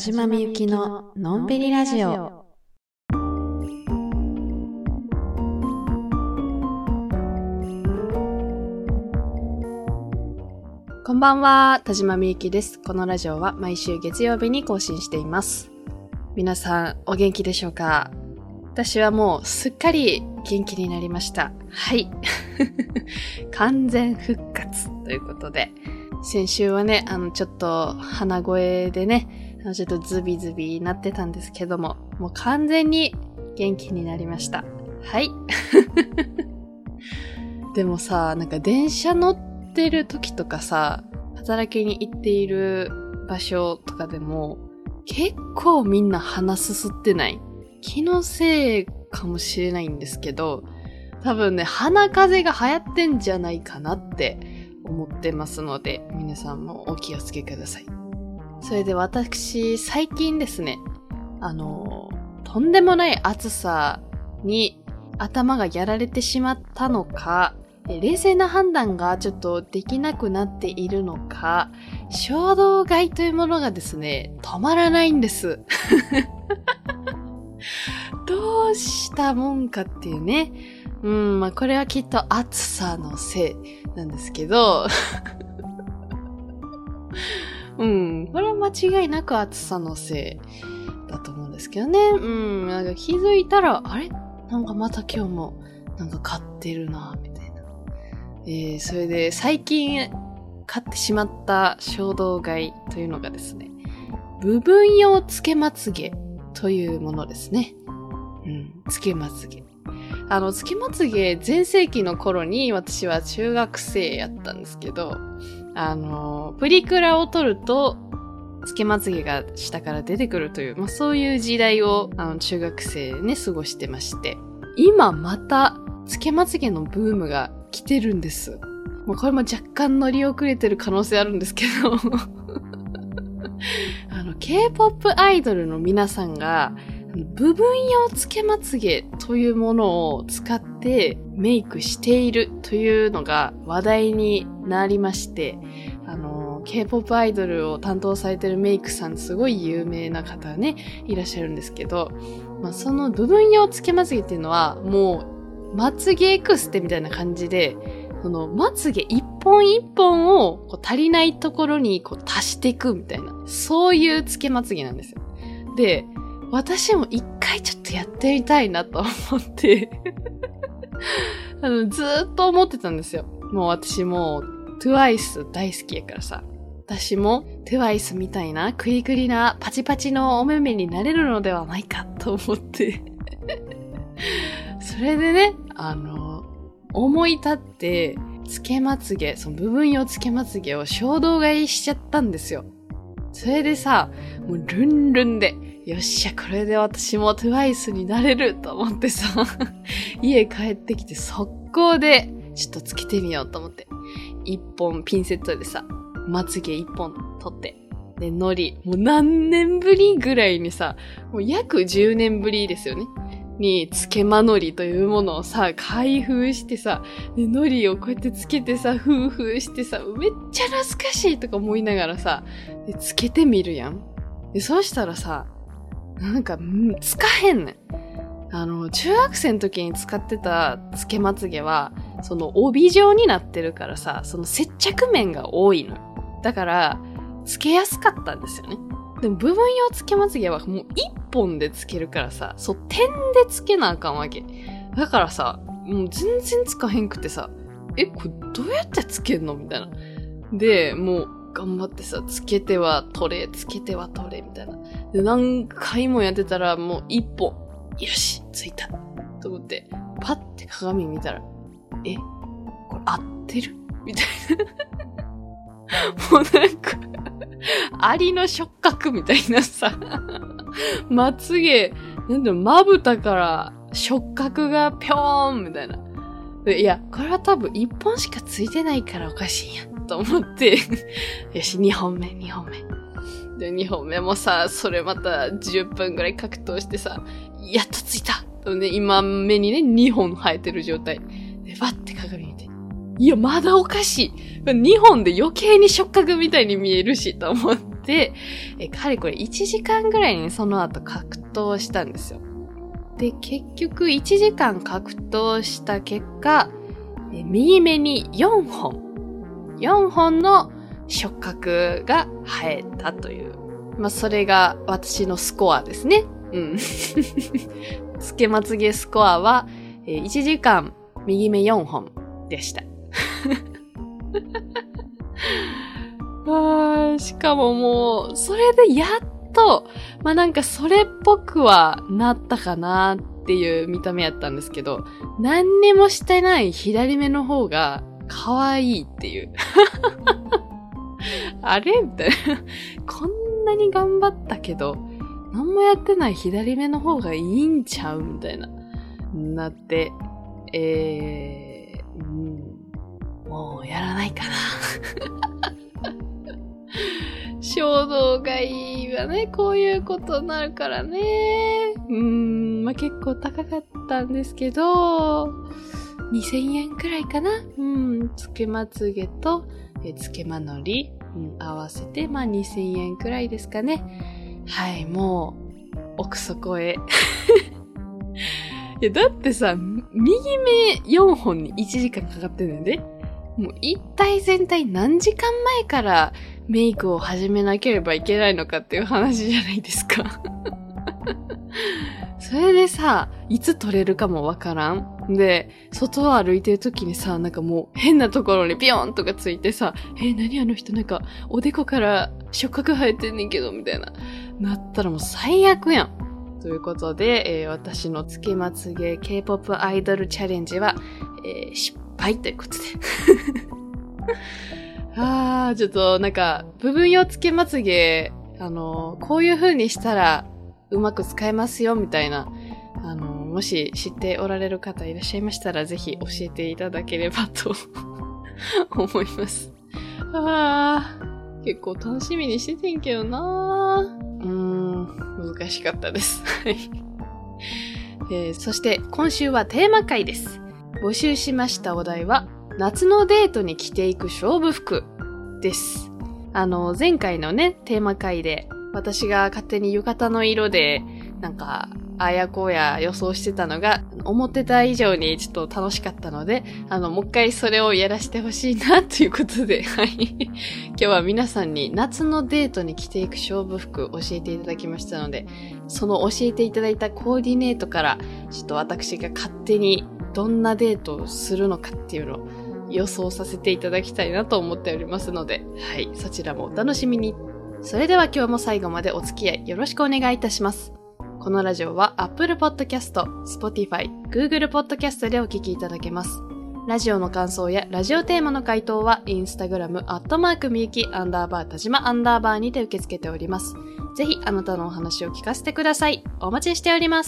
島みゆきののんびりラジオ。こんばんは、田島みゆきです。このラジオは毎週月曜日に更新しています。皆さんお元気でしょうか？私はもうすっかり元気になりました。はい。完全復活ということで、先週はね、ちょっと鼻声でね、ちょっとズビズビなってたんですけども、もう完全に元気になりました。はい。でもさ、なんか電車乗ってる時とかさ、働きに行っている場所とかでも、結構みんな鼻すすってない？気のせいかもしれないんですけど、多分ね、鼻風邪が流行ってんじゃないかなって思ってますので、皆さんもお気をつけください。それで私、最近ですね、とんでもない暑さに頭がやられてしまったのか、冷静な判断がちょっとできなくなっているのか、衝動買いというものがですね、止まらないんです。どうしたもんかっていうね。まあこれはきっと暑さのせいなんですけど、これは間違いなく暑さのせいだと思うんですけどね。なんか気づいたら、あれ？なんかまた今日もなんか買ってるな、みたいな。それで最近買ってしまった衝動買いというのがですね、部分用つけまつげというものですね。つけまつげ。つけまつげ全盛期の頃に私は中学生やったんですけど、プリクラを撮ると、つけまつげが下から出てくるという、そういう時代を、中学生ね、過ごしてまして、今また、つけまつげのブームが来てるんです。もうこれも若干乗り遅れてる可能性あるんですけど、K-POP アイドルの皆さんが、部分用つけまつげというものを使ってメイクしているというのが話題になりまして、K-POP アイドルを担当されているメイクさん、すごい有名な方ね、いらっしゃるんですけど、その部分用つけまつげっていうのは、もう、まつげエクステみたいな感じで、そのまつげ一本一本をこう足りないところにこう足していくみたいな、そういうつけまつげなんですよ。で、私も一回ちょっとやってみたいなと思ってずーっと思ってたんですよ。もう私も TWICE 大好きやからさ。私も TWICE みたいなクリクリなパチパチのお目目になれるのではないかと思ってそれでね、思い立ってつけまつげ、その部分用つけまつげを衝動買いしちゃったんですよ。それでさ、もうルンルンで、よっしゃ、これで私も TWICE になれると思ってさ、家帰ってきて速攻でちょっとつけてみようと思って、一本ピンセットでさ、まつげ一本取って、で、のり、もう何年ぶりぐらいにさ、もう約10年ぶりですよね。に、つけまのりというものをさ、開封してさ、で、のりをこうやってつけてさ、フーフーしてさ、めっちゃ懐かしいとか思いながらさ、でつけてみるやん。で、そうしたらさ、なんか、つかへんねん。中学生の時に使ってたつけまつげは、その帯状になってるからさ、その接着面が多いの。だから、つけやすかったんですよね。でも部分用つけまつげはもう一本でつけるからさ、そう、点でつけなあかんわけ。だからさ、もう全然つかへんくてさ、これどうやってつけんのみたいな。で、もう頑張ってさ、つけては取れ、つけては取れ、みたいな。で、何回もやってたらもう一本、よし、ついた。と思って、パッて鏡見たら、これ合ってるみたいな。もうなんか、アリの触覚みたいなさ、まつげ、なんだろ、まぶたから触覚がぴょーんみたいな。いや、これは多分一本しかついてないからおかしいんや、と思って、よし、2本目。で、2本目もさ、それまた10分ぐらい格闘してさ、やっとついたとね、今目にね、2本生えてる状態。で、バッて鏡見て。いや、まだおかしい。2本で余計に触覚みたいに見えるし、と思って。 で、かれこれ1時間ぐらいにその後格闘したんですよ。で、結局1時間格闘した結果、右目に4本の触覚が生えたという。まあ、それが私のスコアですね。うん。つけまつげスコアは、1時間右目4本でした。しかももう、それでやっと、まあ、なんかそれっぽくはなったかなっていう見た目やったんですけど、何にもしてない左目の方が可愛いっていう。あれみたいな。こんなに頑張ったけど、何もやってない左目の方がいいんちゃうみたいな。なって、もうやらないかな。衝動買いはね、こういうことになるからね。まあ、結構高かったんですけど、2000円くらいかな。つけまつげと、つけまのり、合わせて、まあ、2000円くらいですかね。はい、もう、奥底へ。いや、だってさ、右目4本に1時間かかってんねんで。もう一体全体何時間前からメイクを始めなければいけないのかっていう話じゃないですか。それでさ、いつ撮れるかもわからん。で、外を歩いてる時にさ、なんかもう変なところにピヨンとかついてさ、何あの人なんかおでこから触覚生えてんねんけど、みたいな。なったらもう最悪やん。ということで、私のつけまつげ K-POP アイドルチャレンジは、失敗ということで。ちょっとなんか、部分用つけまつげ、こういう風にしたらうまく使えますよ、みたいな、もし知っておられる方いらっしゃいましたら、ぜひ教えていただければと思います。結構楽しみにしててんけどな難しかったです。そして今週はテーマ回です。募集しましたお題は、夏のデートに着ていく勝負服です。前回のね、テーマ回で、私が勝手に浴衣の色で、なんか、あやこうや予想してたのが、思ってた以上にちょっと楽しかったので、もう一回それをやらせてほしいな、ということで、はい。今日は皆さんに夏のデートに着ていく勝負服教えていただきましたので、その教えていただいたコーディネートから、ちょっと私が勝手にどんなデートをするのかっていうのを予想させていただきたいなと思っておりますので、はい、そちらもお楽しみに。それでは今日も最後までお付き合いよろしくお願いいたします。このラジオは Apple Podcast、Spotify、Google Podcast でお聞きいただけます。ラジオの感想やラジオテーマの回答は Instagram @miyuki_tajima_ にて受け付けております。ぜひあなたのお話を聞かせてください。お待ちしております。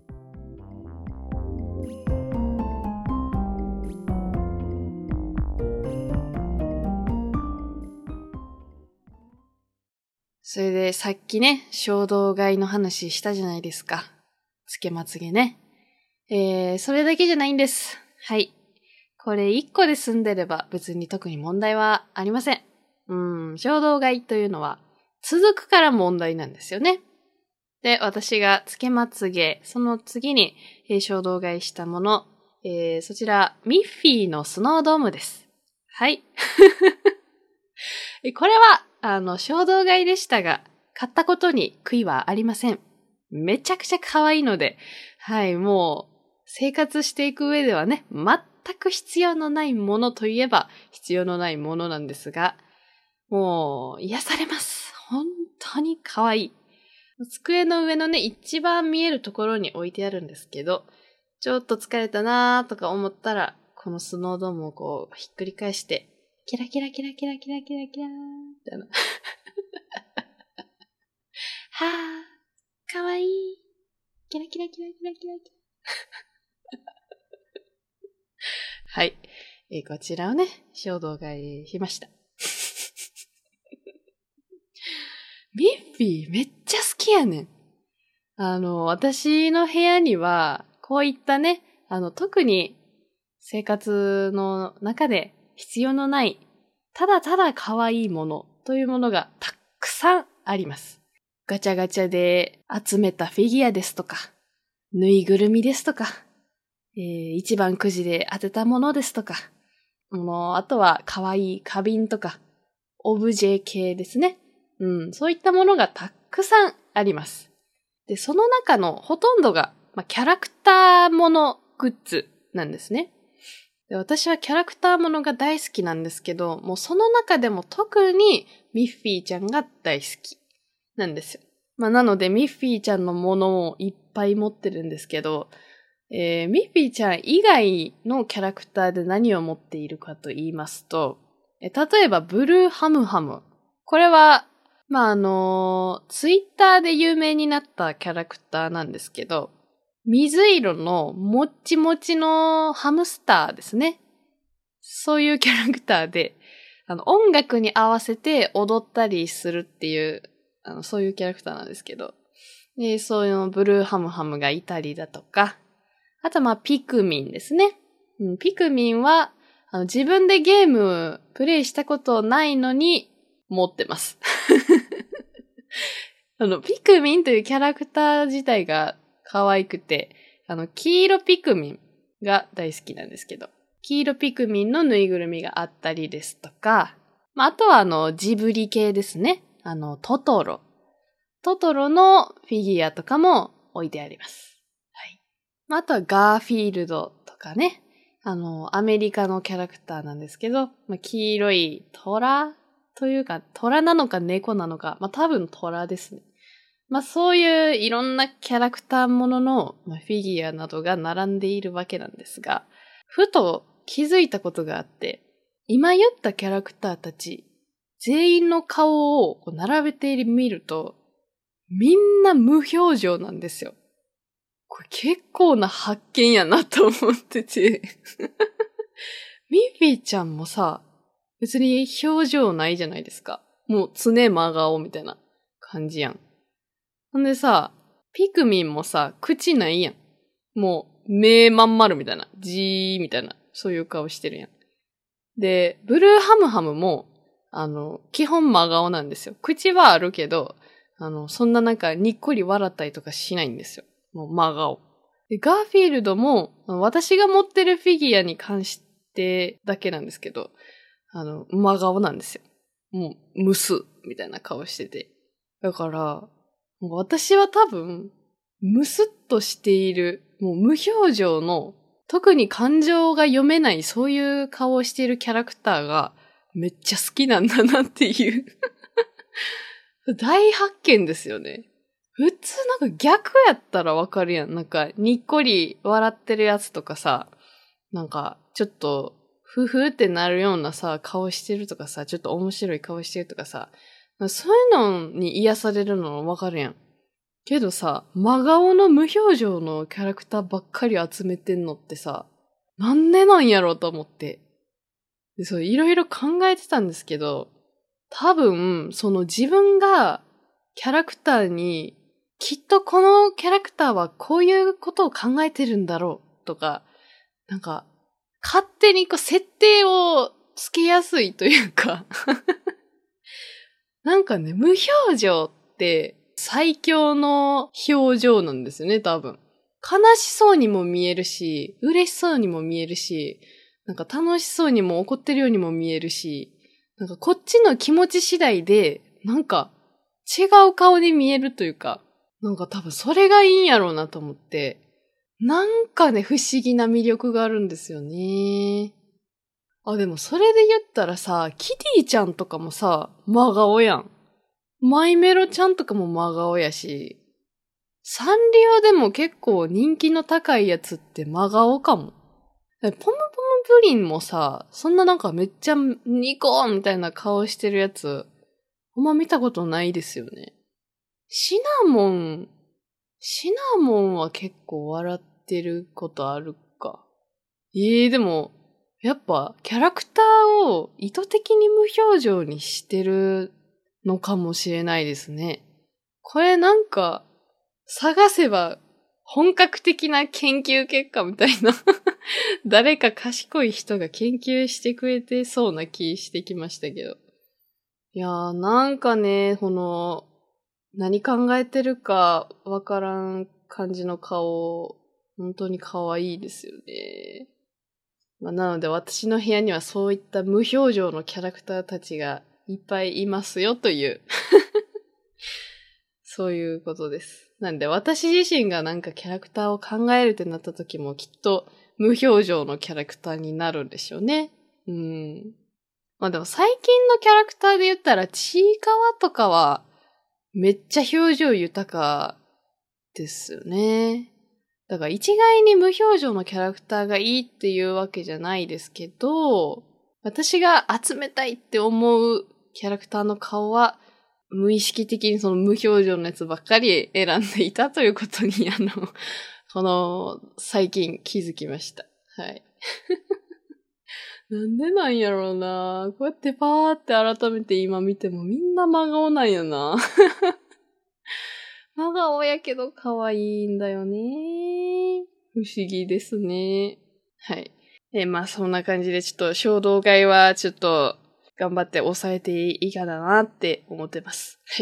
それでさっきね、衝動買いの話したじゃないですか。つけまつげね。それだけじゃないんです。はい。これ1個で済んでれば別に特に問題はありません。衝動買いというのは続くから問題なんですよね。で、私がつけまつげ、その次に、衝動買いしたもの、そちら、ミッフィーのスノードームです。はい。これは、衝動買いでしたが、買ったことに悔いはありません。めちゃくちゃ可愛いので、はい、もう、生活していく上ではね、全く必要のないものといえば、必要のないものなんですが、もう、癒されます。本当に可愛い。机の上のね、一番見えるところに置いてあるんですけど、ちょっと疲れたなーとか思ったら、このスノードームをこう、ひっくり返して、キラキラキラキラキラキラキラーみたいな。はぁ、かわいい。キラキラキラキラキラキラ。はい。こちらをね、衝動買いしました。ミッフィーめっちゃ好きやねん。私の部屋には、こういったね、特に生活の中で必要のない、ただただ可愛いものというものがたくくさんあります。ガチャガチャで集めたフィギュアですとか、ぬいぐるみですとか、一番くじで当てたものですとか、あとは可愛い花瓶とか、オブジェ系ですね。そういったものがたくさんあります。で、その中のほとんどが、キャラクターものグッズなんですね。で、私はキャラクターものが大好きなんですけど、もうその中でも特にミッフィーちゃんが大好きなんですよ。なのでミッフィーちゃんのものをいっぱい持ってるんですけど、ミッフィーちゃん以外のキャラクターで何を持っているかと言いますと、例えばブルーハムハム。これは、ツイッターで有名になったキャラクターなんですけど、水色のもっちもちのハムスターですね。そういうキャラクターで、音楽に合わせて踊ったりするっていう、そういうキャラクターなんですけど、で、そういうブルーハムハムがいたりだとか、あとピクミンですね。ピクミンは、自分でゲームプレイしたことないのに持ってます。ピクミンというキャラクター自体が可愛くて、黄色ピクミンが大好きなんですけど、黄色ピクミンのぬいぐるみがあったりですとか、あとはジブリ系ですね。トトロ。トトロのフィギュアとかも置いてあります。はい。あとはガーフィールドとかね。アメリカのキャラクターなんですけど、黄色い虎というか、虎なのか猫なのか、多分虎ですね。そういういろんなキャラクターもののフィギュアなどが並んでいるわけなんですが、ふと気づいたことがあって、今言ったキャラクターたち、全員の顔を並べてみると、みんな無表情なんですよ。これ結構な発見やなと思ってて。ミッフィーちゃんもさ、別に表情ないじゃないですか。もう常真顔みたいな感じやん。ほんでさ、ピクミンもさ、口ないやん。もう、目まん丸みたいな。じーみたいな。そういう顔してるやん。で、ブルーハムハムも、基本真顔なんですよ。口はあるけど、そんなにっこり笑ったりとかしないんですよ。もう真顔。で、ガーフィールドも、私が持ってるフィギュアに関してだけなんですけど、真顔なんですよ。もう、ムスみたいな顔してて。だから、私は多分、ムスッとしている、もう無表情の、特に感情が読めないそういう顔をしているキャラクターがめっちゃ好きなんだなっていう大発見ですよね。普通逆やったらわかるやん。にっこり笑ってるやつとかさ、ちょっとふふってなるようなさ、顔してるとかさ、ちょっと面白い顔してるとかさ、そういうのに癒されるのわかるやん。けどさ、真顔の無表情のキャラクターばっかり集めてんのってさ、なんでなんやろうと思って。で、そう、いろいろ考えてたんですけど、多分、自分がキャラクターに、きっとこのキャラクターはこういうことを考えてるんだろうとか、勝手に設定をつけやすいというか無表情って最強の表情なんですよね、多分。悲しそうにも見えるし、嬉しそうにも見えるし、楽しそうにも怒ってるようにも見えるし、こっちの気持ち次第で、違う顔に見えるというか、多分それがいいんやろうなと思って、不思議な魅力があるんですよね。あ、でもそれで言ったらさ、キティちゃんとかもさ、真顔やん。マイメロちゃんとかも真顔やし、サンリオでも結構人気の高いやつって真顔かも。ポムポムプリンもさ、そんなめっちゃニコーンみたいな顔してるやつ、あんま見たことないですよね。シナモンは結構笑ってることあるか。でも、やっぱキャラクターを意図的に無表情にしてるのかもしれないですね。これ探せば本格的な研究結果みたいな誰か賢い人が研究してくれてそうな気してきましたけど。 いやー、なんかね、何考えてるかわからん感じの顔、本当に可愛いですよね。まあ、なので私の部屋にはそういった無表情のキャラクターたちがいっぱいいますよというそういうことです。なんで私自身がなんかキャラクターを考えるってなった時もきっと無表情のキャラクターになるんでしょうね。まあでも最近のキャラクターで言ったらちいかわとかはめっちゃ表情豊かですよね。だから一概に無表情のキャラクターがいいっていうわけじゃないですけど、私が集めたいって思うキャラクターの顔は無意識的にその無表情のやつばっかり選んでいたということに最近気づきました。はい。なんでなんやろうな。こうやってパーって改めて今見てもみんな真顔なんやな。真顔やけど可愛いんだよね。不思議ですね。はい。まあそんな感じでちょっと衝動買いはちょっと頑張って抑えていいかなって思ってます。はい。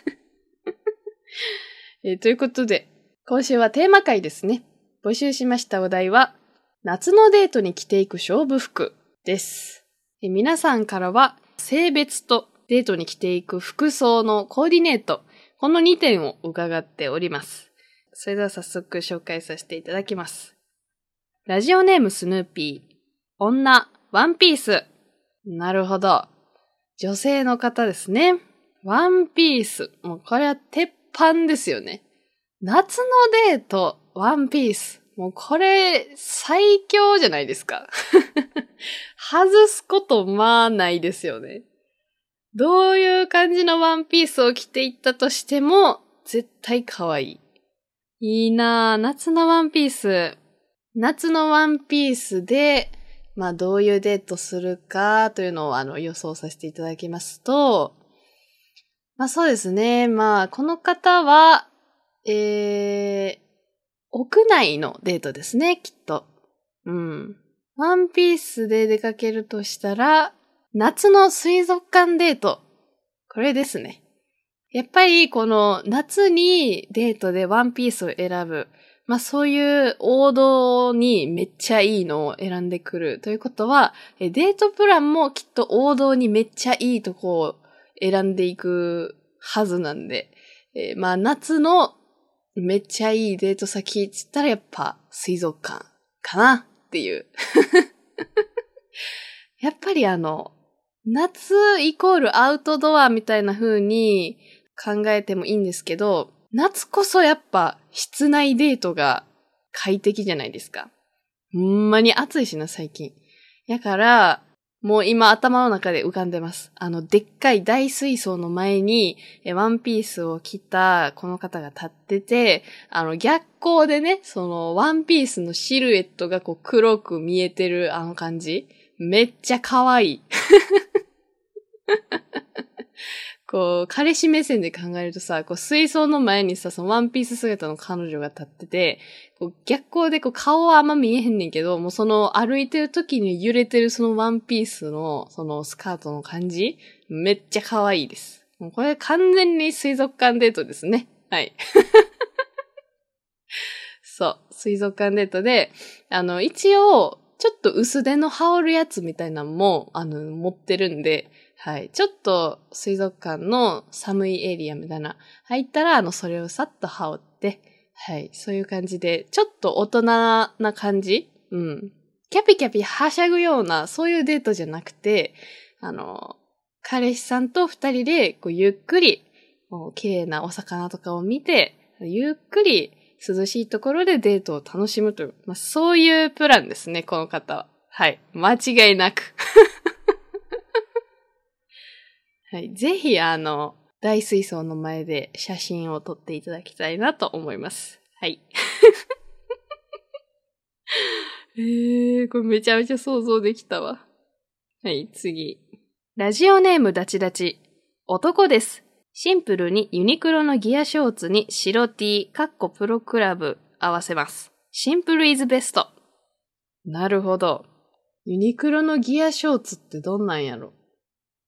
ということで、今週はテーマ回ですね。募集しましたお題は、夏のデートに着ていく勝負服です。皆さんからは、性別とデートに着ていく服装のコーディネート、この2点を伺っております。それでは早速紹介させていただきます。ラジオネームスヌーピー、女、ワンピース。なるほど。女性の方ですね。ワンピース。もうこれは鉄板ですよね。夏のデート、ワンピース。もうこれ、最強じゃないですか。外すことまあないですよね。どういう感じのワンピースを着ていったとしても、絶対可愛い。いいなぁ、夏のワンピース。夏のワンピースで、まあどういうデートするかというのを予想させていただきますと、まあそうですね。まあこの方は、屋内のデートですね、きっと。ワンピースで出かけるとしたら、夏の水族館デート。これですね。やっぱりこの夏にデートでワンピースを選ぶ。まあそういう王道にめっちゃいいのを選んでくる。ということは、デートプランもきっと王道にめっちゃいいとこを選んでいくはずなんで、まあ夏のめっちゃいいデート先って言ったらやっぱ水族館かなっていう。やっぱり夏イコールアウトドアみたいな風に考えてもいいんですけど、夏こそやっぱ室内デートが快適じゃないですか。ほんまに暑いしな、最近。やから、もう今頭の中で浮かんでます。でっかい大水槽の前に、ワンピースを着たこの方が立ってて、逆光でね、そのワンピースのシルエットがこう黒く見えてる感じ。めっちゃ可愛い。こう、彼氏目線で考えるとさ、こう水槽の前にさ、そのワンピース姿の彼女が立ってて、こう逆光でこう顔はあんま見えへんねんけど、もうその歩いてる時に揺れてるそのワンピースのそのスカートの感じ、めっちゃ可愛いです。もうこれ完全に水族館デートですね。はい。そう、水族館デートで、一応、ちょっと薄手の羽織るやつみたいなのも、持ってるんで、はい。ちょっと水族館の寒いエリアみたいな入ったら、それをさっと羽織って、はい。そういう感じで、ちょっと大人な感じキャピキャピはしゃぐような、そういうデートじゃなくて、彼氏さんと二人で、こう、ゆっくり、綺麗なお魚とかを見て、ゆっくり涼しいところでデートを楽しむという、まあ、そういうプランですね、この方は。はい。間違いなく。はい。ぜひ、大水槽の前で写真を撮っていただきたいなと思います。はい。これめちゃめちゃ想像できたわ。はい、次。ラジオネームダチダチ。男です。シンプルにユニクロのギアショーツに白 T、プロクラブ合わせます。シンプルイズベスト。なるほど。ユニクロのギアショーツってどんなんやろ？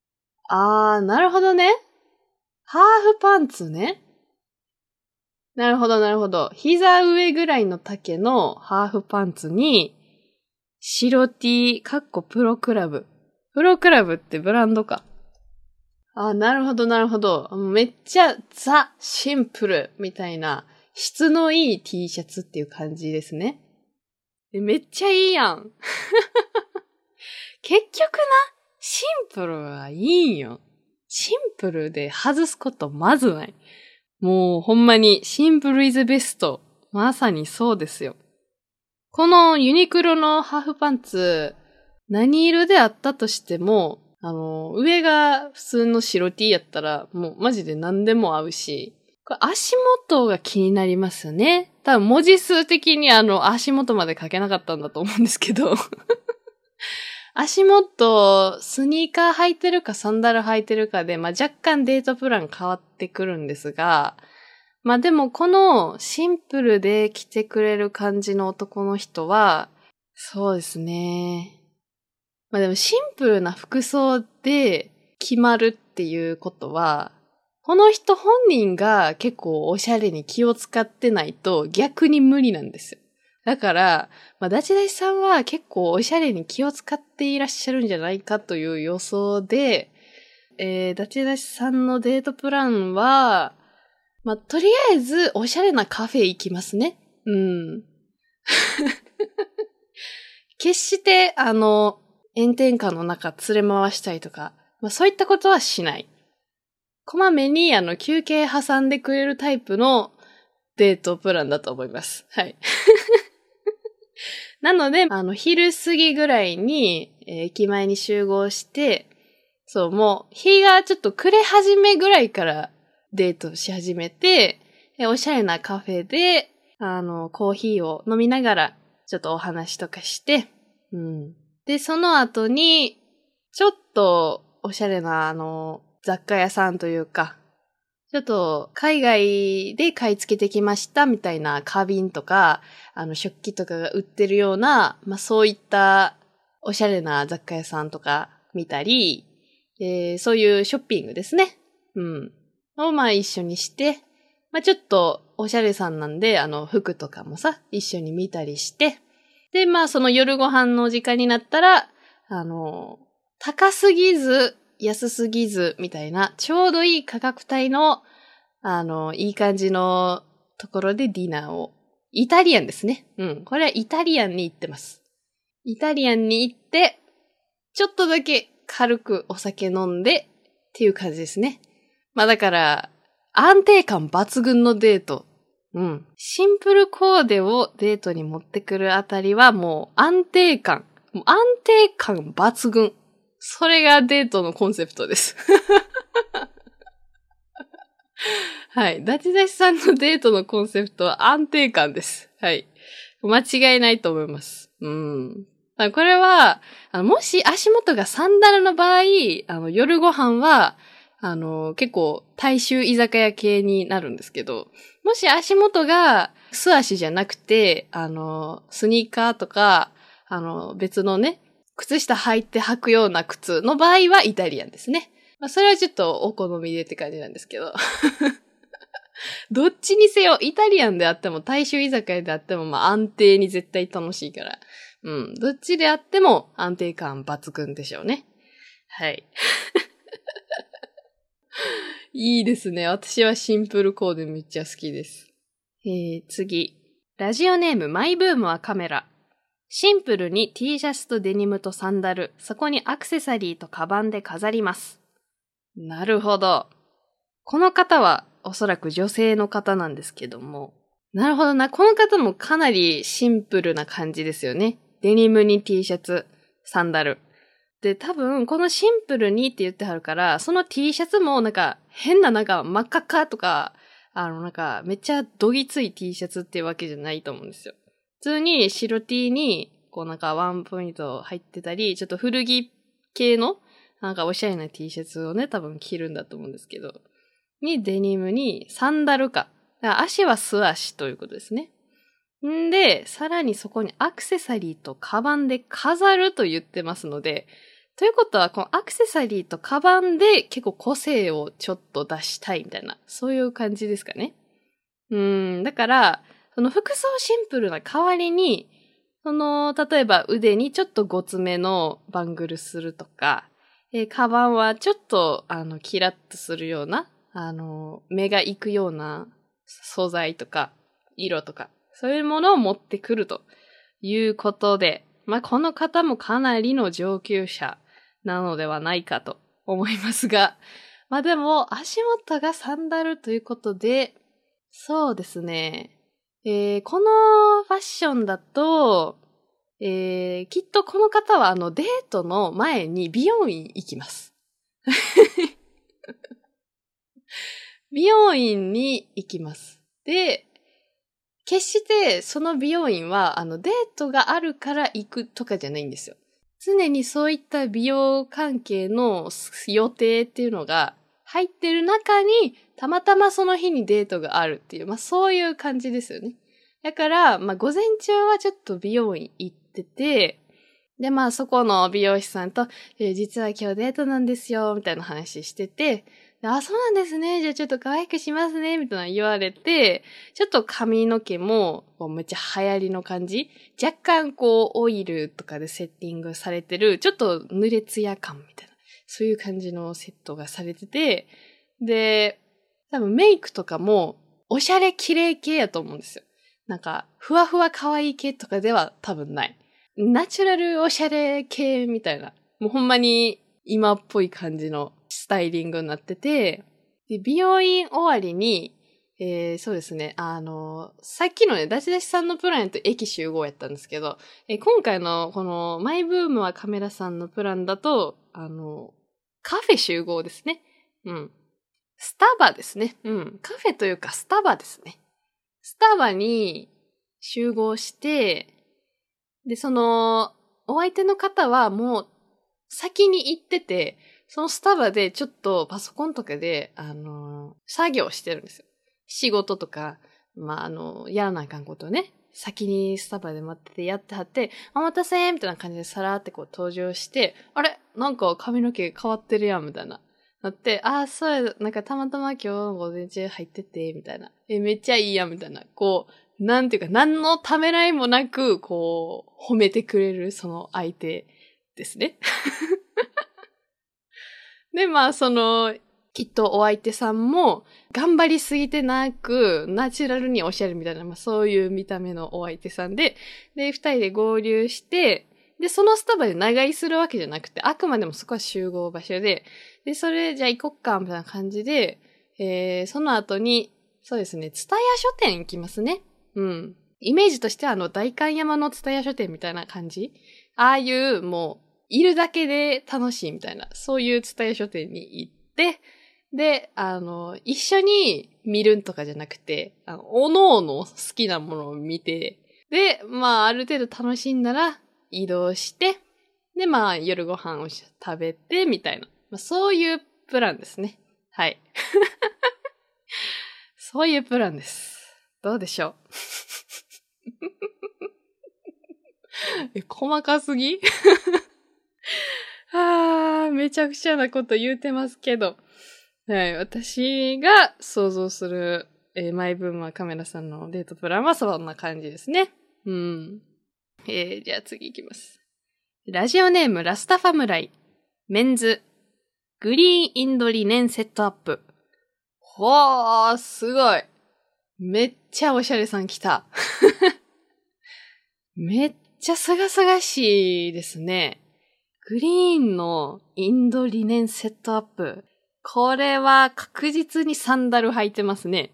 なるほどね。ハーフパンツね。なるほど、なるほど。膝上ぐらいの丈のハーフパンツに、白 T、プロクラブ。プロクラブってブランドか。なるほど、なるほど。めっちゃザ・シンプルみたいな、質のいい T シャツっていう感じですね。めっちゃいいやん。結局な、シンプルはいいんよ。シンプルで外すことまずない。もうほんまにシンプルイズベスト。まさにそうですよ。このユニクロのハーフパンツ、何色であったとしても、上が普通の白 T やったら、もうマジで何でも合うし、これ足元が気になりますよね。多分文字数的に足元まで書けなかったんだと思うんですけど。足元、スニーカー履いてるかサンダル履いてるかで、若干デートプラン変わってくるんですが、でもこのシンプルで着てくれる感じの男の人は、そうですね。でもシンプルな服装で決まるっていうことは、この人本人が結構おしゃれに気を使ってないと逆に無理なんですよ。だから、ダチダチさんは結構おしゃれに気を使っていらっしゃるんじゃないかという予想で、ダチダチさんのデートプランは、とりあえずおしゃれなカフェ行きますね。うん。決して、炎天下の中連れ回したりとか、そういったことはしない。こまめに休憩挟んでくれるタイプのデートプランだと思います。はい。なので、昼過ぎぐらいに、駅前に集合して、そう、もう、日がちょっと暮れ始めぐらいからデートし始めて、おしゃれなカフェで、コーヒーを飲みながら、ちょっとお話とかして、うん。で、その後に、ちょっと、おしゃれな、雑貨屋さんというか、ちょっと、海外で買い付けてきましたみたいな花瓶とか、食器とかが売ってるような、そういったおしゃれな雑貨屋さんとか見たり、そういうショッピングですね。うん。を一緒にして、ちょっとおしゃれさんなんで、服とかもさ、一緒に見たりして、で、その夜ご飯の時間になったら、高すぎず、安すぎず、みたいな、ちょうどいい価格帯の、いい感じのところでディナーを。イタリアンですね。うん。これはイタリアンに行ってます。イタリアンに行って、ちょっとだけ軽くお酒飲んで、っていう感じですね。だから、安定感抜群のデート。うん。シンプルコーデをデートに持ってくるあたりはもう安定感抜群。それがデートのコンセプトです。はい。ダチダチさんのデートのコンセプトは安定感です。はい。間違いないと思います。うん。これは、もし足元がサンダルの場合、夜ご飯は、結構大衆居酒屋系になるんですけど、もし足元が素足じゃなくて、スニーカーとか、別のね、靴下履いて履くような靴の場合はイタリアンですね。それはちょっとお好みでって感じなんですけど。どっちにせよ、イタリアンであっても大衆居酒屋であっても、安定に絶対楽しいから。うん。どっちであっても安定感抜群でしょうね。はい。いいですね。私はシンプルコーデめっちゃ好きです。次。ラジオネームマイブームはカメラ。シンプルに T シャツとデニムとサンダル、そこにアクセサリーとカバンで飾ります。なるほど。この方はおそらく女性の方なんですけども。なるほどな。この方もかなりシンプルな感じですよね。デニムに T シャツ、サンダル。で、多分、このシンプルにって言ってはるから、その T シャツも変な真っ赤っかとか、めっちゃどぎつい T シャツっていうわけじゃないと思うんですよ。普通に白 T に、ワンポイント入ってたり、ちょっと古着系の、おしゃれな T シャツをね、多分着るんだと思うんですけど。に、デニムに、サンダルか。だから足は素足ということですね。んで、さらにそこにアクセサリーとカバンで飾ると言ってますので、 ということは、このアクセサリーとカバンで結構個性をちょっと出したいみたいな、そういう感じですかね。だから、その服装シンプルな代わりに、例えば腕にちょっとごつめのバングルするとか、カバンはちょっと、キラッとするような、目が行くような素材とか、色とか、そういうものを持ってくるということで、まあ、この方もかなりの上級者なのではないかと思いますが、まあでも、足元がサンダルということで、そうですね。このファッションだと、きっとこの方はデートの前に美容院行きます。美容院に行きます。で、決してその美容院はデートがあるから行くとかじゃないんですよ。常にそういった美容関係の予定っていうのが入ってる中にたまたまその日にデートがあるっていう、まあそういう感じですよね。だから、まあ午前中はちょっと美容院行ってて、でまあそこの美容師さんと、実は今日デートなんですよ、みたいな話してて、あ、そうなんですね。じゃあちょっと可愛くしますね。みたいな言われて、ちょっと髪の毛もめっちゃ流行りの感じ。若干オイルとかでセッティングされてる、ちょっと濡れツヤ感みたいな。そういう感じのセットがされてて、で、多分メイクとかもおしゃれ綺麗系やと思うんですよ。なんか、ふわふわ可愛い系とかでは多分ない。ナチュラルおしゃれ系みたいな。もうほんまに今っぽい感じのスタイリングになってて、で美容院終わりに、そうですね、さっきのね、ダチダチさんのプランと駅集合やったんですけど、今回のこのマイブームはカメラさんのプランだと、カフェ集合ですね。スタバですね。カフェというかスタバですね。スタバに集合して、で、お相手の方はもう先に行ってて、そのスタバでちょっとパソコンとかで、作業してるんですよ。仕事とか、やらなあかんことをね、先にスタバで待っててやってはって、お待たせみたいな感じでさらって登場して、あれなんか髪の毛変わってるやんみたいな。なって、そうや、なんかたまたま今日午前中入ってて、みたいな。めっちゃいいやんみたいな。なんていうか、何のためらいもなく、褒めてくれるその相手ですね。で、きっとお相手さんも頑張りすぎてなく、ナチュラルにおしゃれみたいな、そういう見た目のお相手さんで、で、二人で合流して、で、そのスタバで長居するわけじゃなくて、あくまでもそこは集合場所で、で、それじゃあ行こっか、みたいな感じで、その後に、そうですね、蔦屋書店行きますね。イメージとしては代官山の蔦屋書店みたいな感じ。ああいう、もう、いるだけで楽しいみたいな、そういう蔦屋書店に行って、で、一緒に見るんとかじゃなくて、おのおの好きなものを見て、で、ある程度楽しんだら移動して、で、夜ご飯を食べて、みたいな。そういうプランですね。はい。そういうプランです。どうでしょう細かすぎめちゃくちゃなこと言うてますけど。はい。私が想像する、マイブームはカメラさんのデートプランはそんな感じですね。じゃあ次行きます。ラジオネームラスタファムライ。メンズ。グリーンインドリネンセットアップ。ほー、すごい。めっちゃおしゃれさん来た。めっちゃすがすがしいですね。グリーンのインドリネンセットアップ。これは確実にサンダル履いてますね。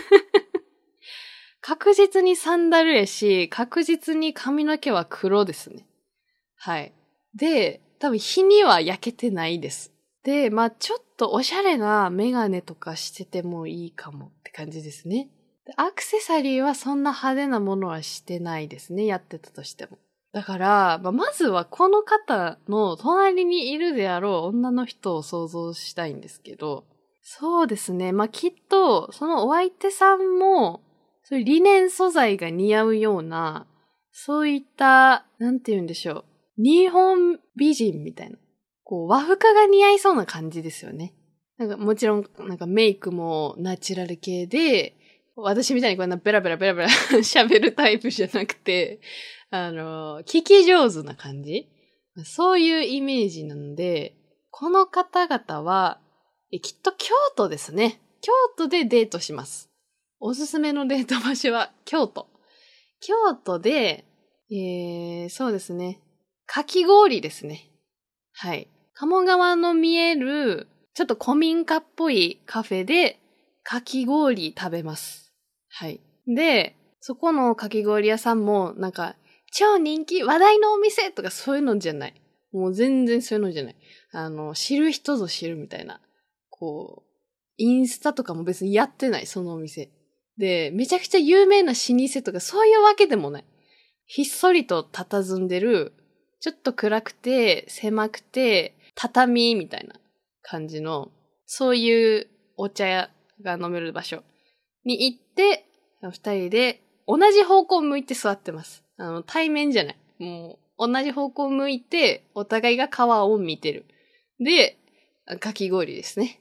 確実にサンダルやし、確実に髪の毛は黒ですね。はい。で、多分日には焼けてないです。で、ちょっとおしゃれなメガネとかしててもいいかもって感じですね。アクセサリーはそんな派手なものはしてないですね。やってたとしても。だから、まずはこの方の隣にいるであろう女の人を想像したいんですけど、そうですね。きっと、そのお相手さんも、そういうリネン素材が似合うような、そういった、なんて言うんでしょう。日本美人みたいな。 こう和服が似合いそうな感じですよね。なんかもちろん、なんかメイクもナチュラル系で、私みたいにこんなベラベラベラベラ喋るタイプじゃなくて、聞き上手な感じ？そういうイメージなので、この方々は、きっと京都ですね。京都でデートします。おすすめのデート場所は京都。京都で、そうですね。かき氷ですね。はい。鴨川の見える、ちょっと古民家っぽいカフェで、かき氷食べます。はい。で、そこのかき氷屋さんも、なんか、超人気、話題のお店とかそういうのじゃない。もう全然そういうのじゃない。知る人ぞ知るみたいな。こう、インスタとかも別にやってない、そのお店。で、めちゃくちゃ有名な老舗とかそういうわけでもない。ひっそりと佇んでる、ちょっと暗くて、狭くて、畳みたいな感じの、そういうお茶屋が飲める場所に行って、二人で同じ方向を向いて座ってます。対面じゃない。もう、同じ方向を向いて、お互いが川を見てる。で、かき氷ですね。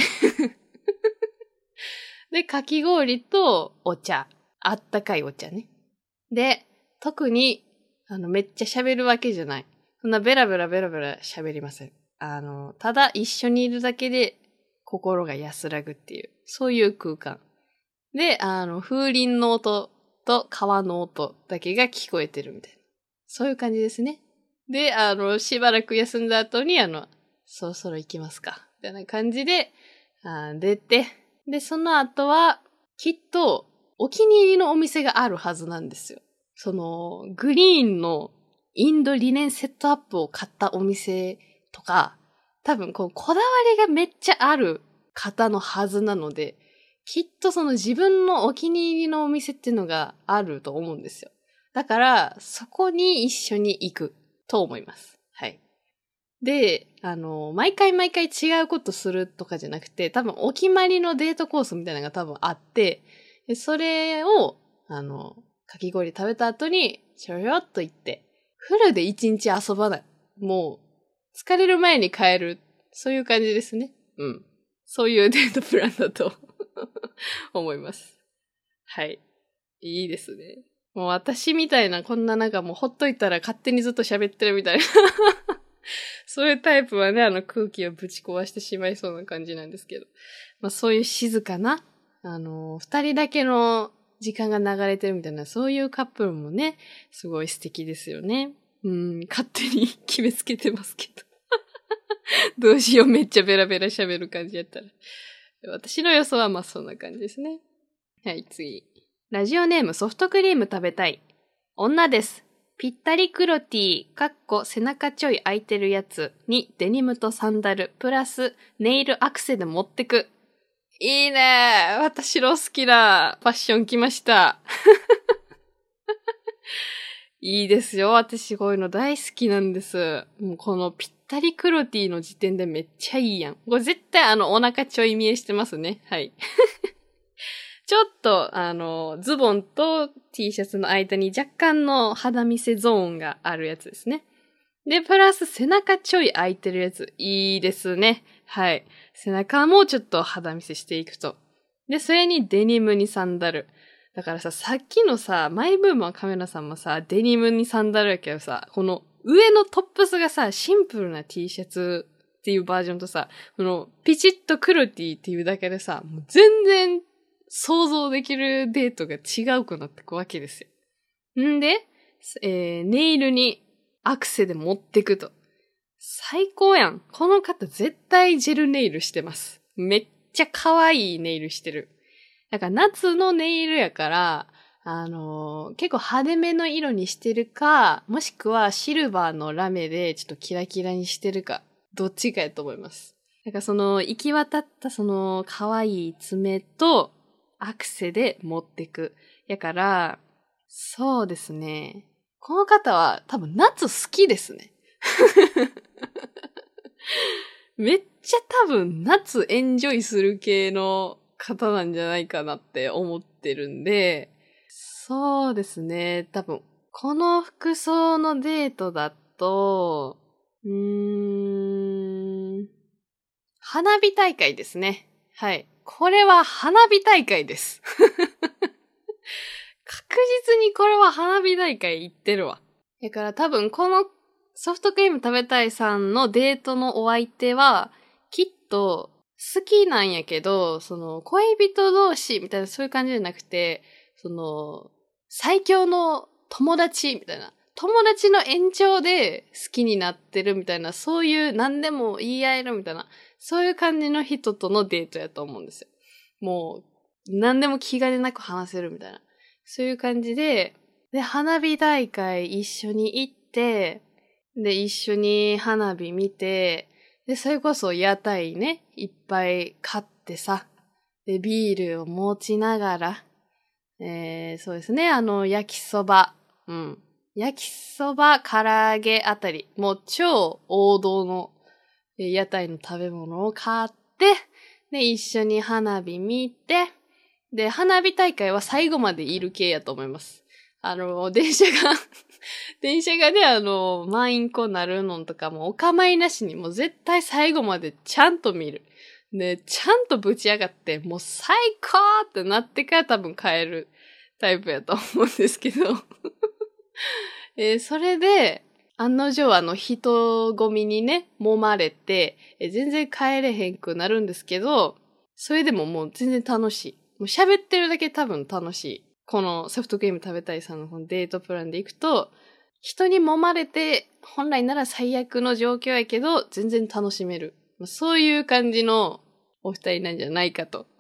で、かき氷とお茶。あったかいお茶ね。で、特に、めっちゃ喋るわけじゃない。そんなベラベラベラベラ喋りません。ただ一緒にいるだけで心が安らぐっていう、そういう空間。で、風鈴の音と川の音だけが聞こえてるみたいな。そういう感じですね。で、しばらく休んだ後に、そろそろ行きますか。みたいな感じで、出て、で、その後は、きっと、お気に入りのお店があるはずなんですよ。その、グリーンのインドリネンセットアップを買ったお店とか、多分こだわりがめっちゃある方のはずなので、きっとその自分のお気に入りのお店っていうのがあると思うんですよ。だから、そこに一緒に行くと思います。はい。で、毎回毎回違うことするとかじゃなくて、多分お決まりのデートコースみたいなのが多分あって、でそれを、かき氷食べた後に、ちょろっと行って、フルで一日遊ばない。もう、疲れる前に帰る。そういう感じですね。うん。そういうデートプランだと思います。はい。いいですね。もう私みたいな、こんななんかもうほっといたら勝手にずっと喋ってるみたいなそういうタイプはね、空気をぶち壊してしまいそうな感じなんですけど。まあそういう静かな、二人だけの時間が流れてるみたいな、そういうカップルもね、すごい素敵ですよね。勝手に決めつけてますけど。どうしよう、めっちゃベラベラ喋る感じやったら。私の予想はまあそんな感じですね。はい、次。ラジオネームソフトクリーム食べたい。女です。ぴったり黒 T、背中ちょい空いてるやつにデニムとサンダル、プラスネイルアクセで持ってく。いいね。私の好きなファッション来ました。いいですよ。私こういうの大好きなんです。もうこのぴったり黒 T の時点でめっちゃいいやん。これ絶対お腹ちょい見えしてますね。はい。ちょっと、ズボンと T シャツの間に若干の肌見せゾーンがあるやつですね。で、プラス背中ちょい空いてるやつ。いいですね。はい。背中もちょっと肌見せしていくと。で、それにデニムにサンダル。だからさ、さっきのさ、マイブームはカメラさんもさ、デニムにサンダルやけどさ、この上のトップスがさ、シンプルな T シャツっていうバージョンとさ、このピチッと黒 T っていうだけでさ、もう全然想像できるデートが違うくなってくわけですよ。んで、ネイルにアクセで持ってくと。最高やん。この方絶対ジェルネイルしてます。めっちゃ可愛いネイルしてる。だから夏のネイルやから、結構派手めの色にしてるか、もしくはシルバーのラメでちょっとキラキラにしてるか、どっちかやと思います。だからその行き渡ったその可愛い爪とアクセで持ってく。やから、そうですね。この方は多分夏好きですね。めっちゃ多分夏エンジョイする系の方なんじゃないかなって思ってるんで、そうですね。多分、この服装のデートだと、 花火大会ですね。はい。これは花火大会です。確実にこれは花火大会行ってるわ。だから多分このソフトクリーム食べたいさんのデートのお相手は、きっと好きなんやけど、その恋人同士みたいなそういう感じじゃなくて、その最強の友達みたいな。友達の延長で好きになってるみたいな、そういう何でも言い合えるみたいな、そういう感じの人とのデートやと思うんですよ。もう、何でも気兼ねなく話せるみたいな。そういう感じで、花火大会一緒に行って、で、一緒に花火見て、で、それこそ屋台ね、いっぱい買ってさ、で、ビールを持ちながら、そうですね、焼きそば、焼きそば、唐揚げあたり、もう超王道の屋台の食べ物を買って、で、一緒に花火見て、で、花火大会は最後までいる系やと思います。電車がね、満員になるのとかもお構いなしに、もう絶対最後までちゃんと見る。で、ちゃんとぶち上がって、もう最高ってなってから多分帰るタイプやと思うんですけど。それで、案の定人混みにね、揉まれて、全然帰れへんくなるんですけど、それでももう全然楽しい。もう喋ってるだけ多分楽しい。このソフトクリーム食べたいさんのこのデートプランで行くと、人に揉まれて、本来なら最悪の状況やけど、全然楽しめる。そういう感じのお二人なんじゃないかと。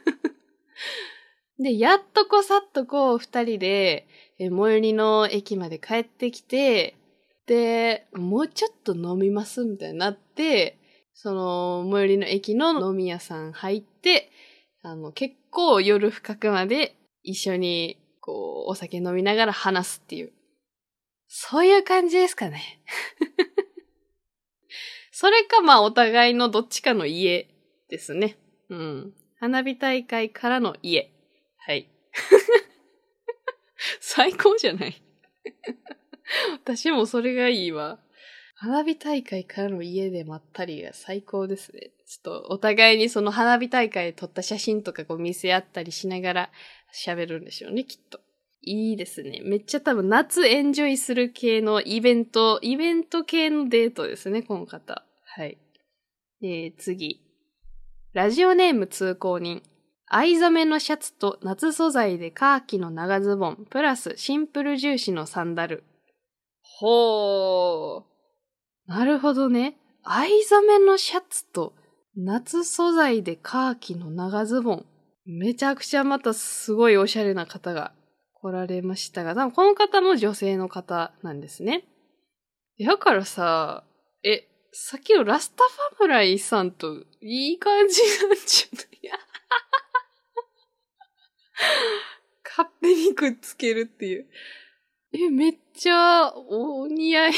で、やっとこさっとこう二人で、最寄りの駅まで帰ってきて、で、もうちょっと飲みますみたいになって、その、最寄りの駅の飲み屋さん入って、結構夜深くまで一緒に、こう、お酒飲みながら話すっていう。そういう感じですかね。それか、まあ、お互いのどっちかの家ですね。うん。花火大会からの家。はい。最高じゃない私もそれがいいわ。花火大会からの家でまったりが最高ですね。ちょっとお互いにその花火大会で撮った写真とかこう見せ合ったりしながら喋るんでしょうね、きっと。いいですね。めっちゃ多分夏エンジョイする系のイベント系のデートですね、この方。はい。次。ラジオネーム通行人。藍染めのシャツと夏素材でカーキの長ズボン、プラスシンプル重視のサンダル。ほー。なるほどね。藍染めのシャツと夏素材でカーキの長ズボン。めちゃくちゃまたすごいおしゃれな方が来られましたが、多分この方も女性の方なんですね。だからさ、さっきのラスタファムライさんといい感じなんじゃない勝手にくっつけるっていう。めっちゃお似合い。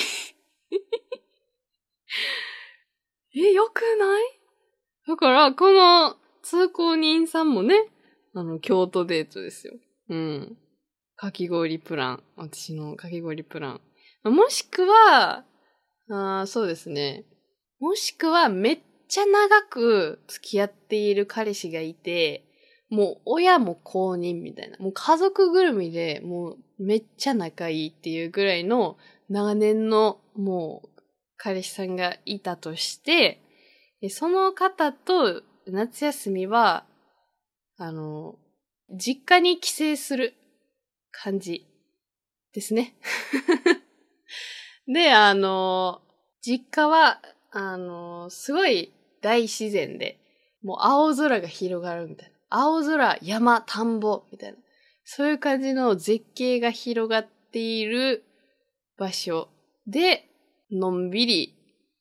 よくないだから、この通行人さんもね、京都デートですよ。うん。かき氷プラン。私のかき氷プラン。もしくは、そうですね。もしくは、めっちゃ長く付き合っている彼氏がいて、もう親も公認みたいな。もう家族ぐるみで、もうめっちゃ仲いいっていうぐらいの長年のもう彼氏さんがいたとして、その方と夏休みは、実家に帰省する感じですね。で、実家は、すごい大自然で、もう青空が広がるみたいな。青空、山、田んぼ、みたいな。そういう感じの絶景が広がっている場所で、のんびり、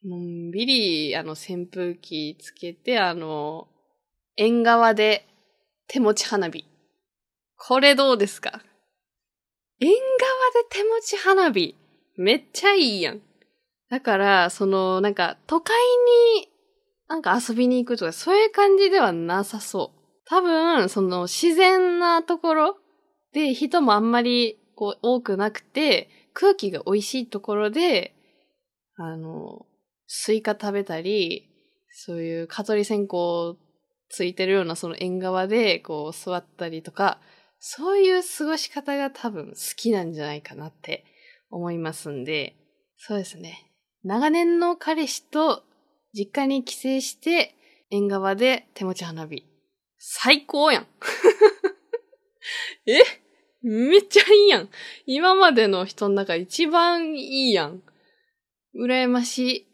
扇風機つけて、縁側で手持ち花火。これどうですか？縁側で手持ち花火。めっちゃいいやん。だから、なんか、都会になんか遊びに行くとか、そういう感じではなさそう。多分、自然なところで人もあんまりこう多くなくて、空気が美味しいところで、スイカ食べたり、 そういう蚊取り線香ついてるようなその縁側でこう座ったりとか、そういう過ごし方が多分好きなんじゃないかなって思いますんで、そうですね。長年の彼氏と実家に帰省して縁側で手持ち花火。最高やん。え？めっちゃいいやん。今までの人の中一番いいやん。羨まし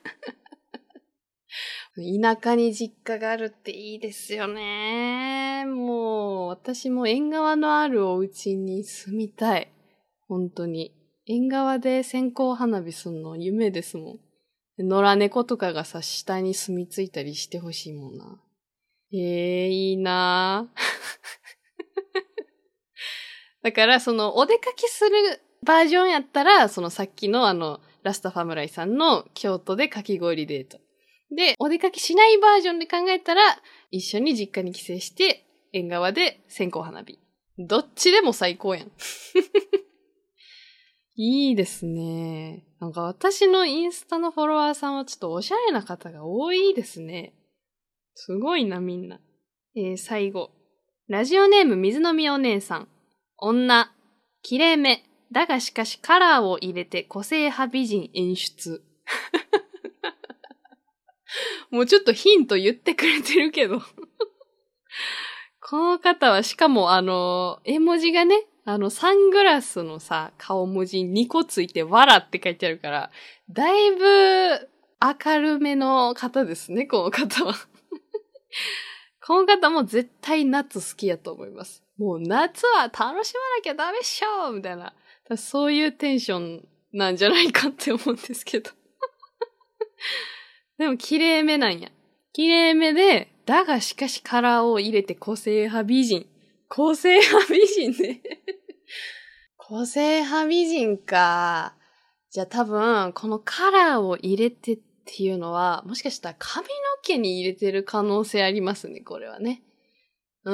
い。田舎に実家があるっていいですよね。もう、私も縁側のあるお家に住みたい。本当に。縁側で線香花火すんの夢ですもん。野良猫とかがさ、下に住み着いたりしてほしいもんな。いいなぁ。だから、その、お出かけするバージョンやったら、そのさっきのラスタファムライさんの京都でかき氷デート。で、お出かけしないバージョンで考えたら、一緒に実家に帰省して、縁側で線香花火。どっちでも最高やん。いいですね。なんか私のインスタのフォロワーさんはちょっとおしゃれな方が多いですね。すごいな、みんな。最後。ラジオネーム水飲みお姉さん。女。綺麗め。だがしかしカラーを入れて個性派美人演出。もうちょっとヒント言ってくれてるけど。この方はしかも絵文字がね、サングラスのさ、顔文字2個ついて笑って書いてあるから、だいぶ明るめの方ですね、この方は。この方も絶対夏好きやと思います。もう夏は楽しまなきゃダメっしょみたいな。そういうテンションなんじゃないかって思うんですけど。でも綺麗めなんや。綺麗めで、だがしかしカラーを入れて個性派美人。個性派美人ね。個性派美人か。じゃあ多分、このカラーを入れてっていうのは、もしかしたら髪の毛に入れてる可能性ありますね、これはね。うん。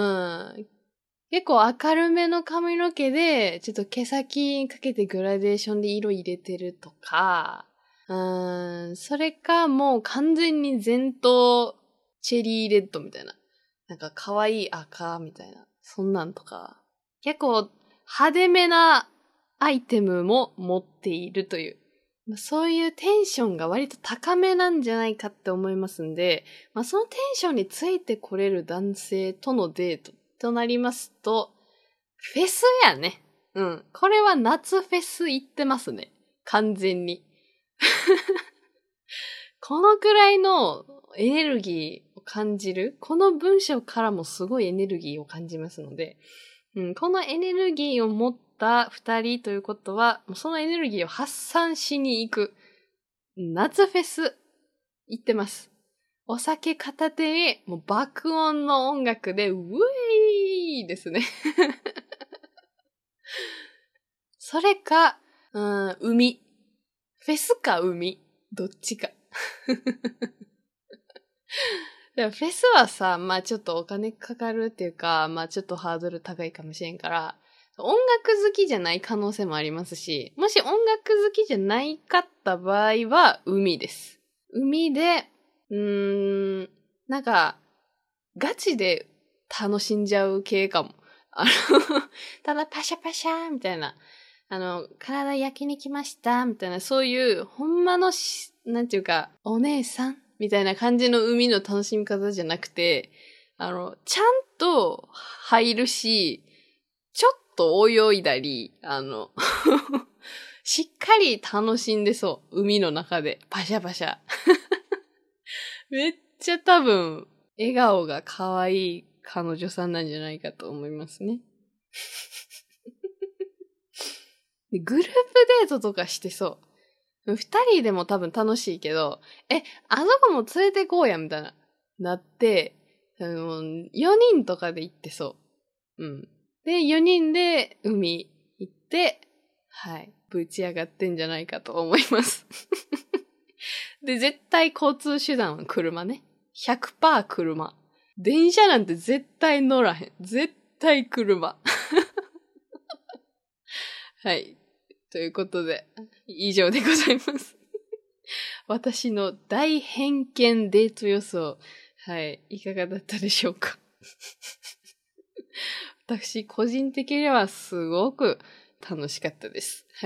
結構明るめの髪の毛で、ちょっと毛先にかけてグラデーションで色入れてるとか、それかもう完全に全頭チェリーレッドみたいな。なんか可愛い赤みたいな。そんなんとか。結構派手めなアイテムも持っているという。そういうテンションが割と高めなんじゃないかって思いますんで、そのテンションについてこれる男性とのデートとなりますと、フェスやね。うん。これは夏フェス行ってますね。完全に。このくらいのエネルギーを感じる、この文章からもすごいエネルギーを感じますので、このエネルギーを持った二人ということは、そのエネルギーを発散しに行く。夏フェス行ってます。お酒片手に、もう爆音の音楽で、ウェイですね。それか、海。フェスか海。どっちか。でもフェスはさ、ちょっとお金かかるっていうか、ちょっとハードル高いかもしれんから、音楽好きじゃない可能性もありますし、もし音楽好きじゃないかった場合は、海です。海で、なんか、ガチで楽しんじゃう系かも。ただパシャパシャーみたいな。体焼きに来ましたみたいな、そういう、ほんまのなんていうか、お姉さんみたいな感じの海の楽しみ方じゃなくて、ちゃんと入るし、ちょっと泳いだり、しっかり楽しんでそう。海の中で。パシャパシャ。めっちゃ多分、笑顔が可愛い彼女さんなんじゃないかと思いますね。グループデートとかしてそう。二人でも多分楽しいけど、あそこも連れてこうや、みたいなって4人とかで行ってそう。で、4人で海行って、はい、ぶち上がってんじゃないかと思います。で、絶対交通手段は車ね。100% 車。電車なんて絶対乗らへん。絶対車。はい。ということで、以上でございます。 私の大偏見デート予想。はい。いかがだったでしょうか。私、個人的にはすごく楽しかったです。はい。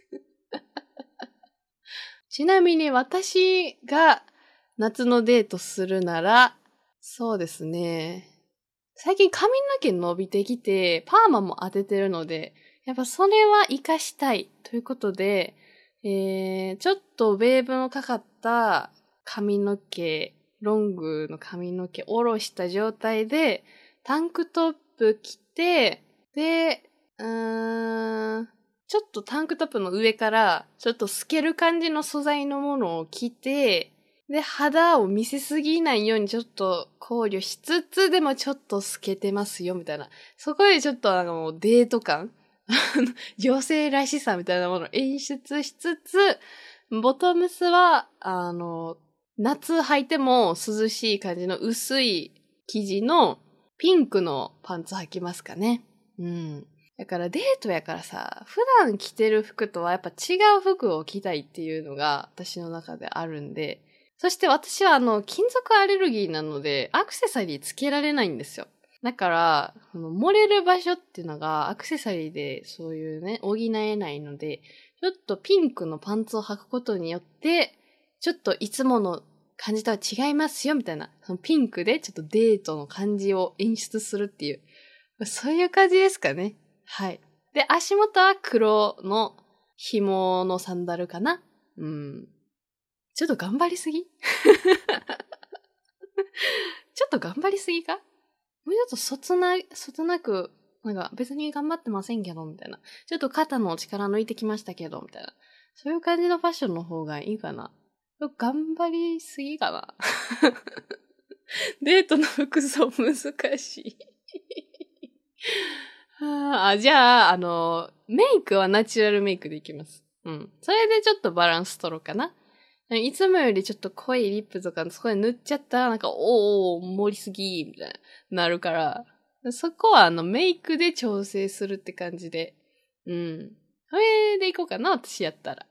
ちなみに私が夏のデートするなら、そうですね。最近髪の毛伸びてきて、パーマも当ててるので、やっぱそれは活かしたいということで、ちょっとウェーブのかかった髪の毛、ロングの髪の毛下ろした状態で、タンクトップ着て、で、ちょっとタンクトップの上から、ちょっと透ける感じの素材のものを着て、で、肌を見せすぎないようにちょっと考慮しつつ、でもちょっと透けてますよ、みたいな。そこでちょっとなんかもうデート感女性らしさみたいなものを演出しつつ、ボトムスは、夏履いても涼しい感じの薄い生地のピンクのパンツ履きますかね。うん。だからデートやからさ、普段着てる服とはやっぱ違う服を着たいっていうのが私の中であるんで、そして私は金属アレルギーなのでアクセサリーつけられないんですよ。だから、漏れる場所っていうのがアクセサリーでそういうね、補えないので、ちょっとピンクのパンツを履くことによって、ちょっといつもの感じとは違いますよ、みたいな。そのピンクでちょっとデートの感じを演出するっていう。そういう感じですかね。はい。で、足元は黒の紐のサンダルかな。うん。ちょっと頑張りすぎちょっと頑張りすぎかもうちょっとそつなく、なんか別に頑張ってませんけど、みたいな。ちょっと肩の力抜いてきましたけど、みたいな。そういう感じのファッションの方がいいかな。頑張りすぎかな。デートの服装難しい。じゃあ、メイクはナチュラルメイクでいきます。うん。それでちょっとバランス取ろうかな。いつもよりちょっと濃いリップとかそこで塗っちゃったらなんか、盛りすぎ、みたいな、なるから、そこはメイクで調整するって感じで。うん。それでいこうかな、私やったら。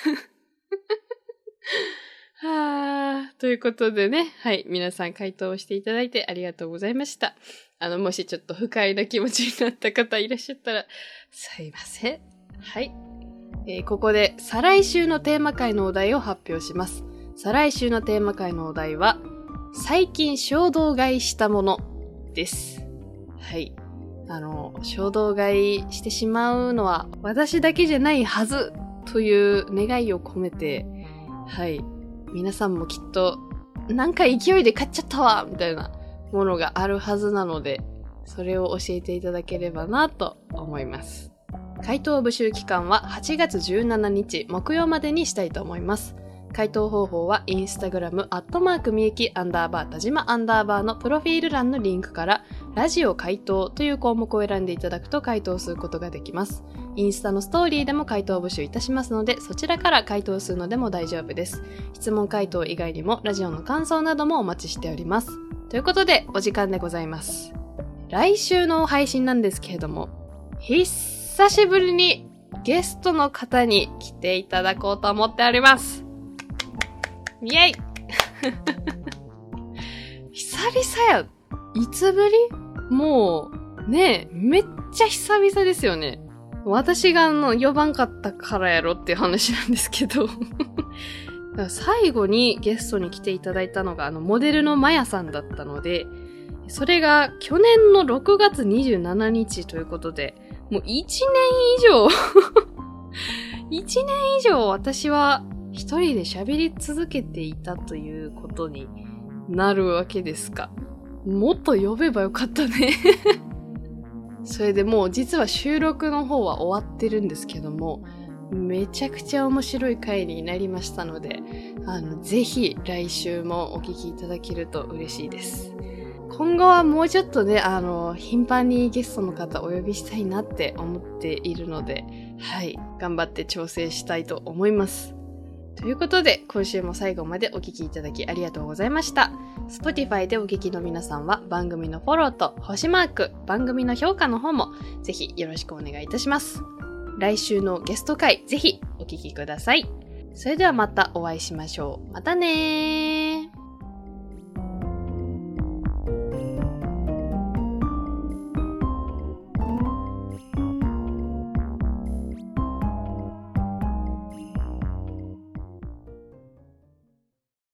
ということでね、はい、皆さん回答をしていただいてありがとうございました。もしちょっと不快な気持ちになった方いらっしゃったら、すいません。はい。ここで再来週のテーマ回のお題を発表します。再来週のテーマ回のお題は、最近衝動買いしたものです。はい。衝動買いしてしまうのは私だけじゃないはずという願いを込めて、はい。皆さんもきっと、なんか勢いで買っちゃったわみたいなものがあるはずなので、それを教えていただければなと思います。回答募集期間は8月17日木曜までにしたいと思います。回答方法はインスタグラムみゆき_田島_のプロフィール欄のリンクからラジオ回答という項目を選んでいただくと回答することができます。インスタのストーリーでも回答募集いたしますので、そちらから回答するのでも大丈夫です。質問回答以外にもラジオの感想などもお待ちしております。ということでお時間でございます。来週の配信なんですけれども、久しぶりにゲストの方に来ていただこうと思っております。イェイ久々や。いつぶり？もう、ねえ、めっちゃ久々ですよね。私が呼ばんかったからやろっていう話なんですけど。最後にゲストに来ていただいたのがモデルのまやさんだったので、それが去年の6月27日ということで、もう1年以上私は一人で喋り続けていたということになるわけですか。もっと呼べばよかったね。それでもう実は収録の方は終わってるんですけども、めちゃくちゃ面白い回になりましたので、ぜひ来週もお聞きいただけると嬉しいです。今後はもうちょっとね、頻繁にゲストの方お呼びしたいなって思っているので、はい、頑張って調整したいと思います。ということで、今週も最後までお聞きいただきありがとうございました。Spotify でお聞きの皆さんは番組のフォローと星マーク、番組の評価の方もぜひよろしくお願いいたします。来週のゲスト回、ぜひお聞きください。 それではまたお会いしましょう。またねー。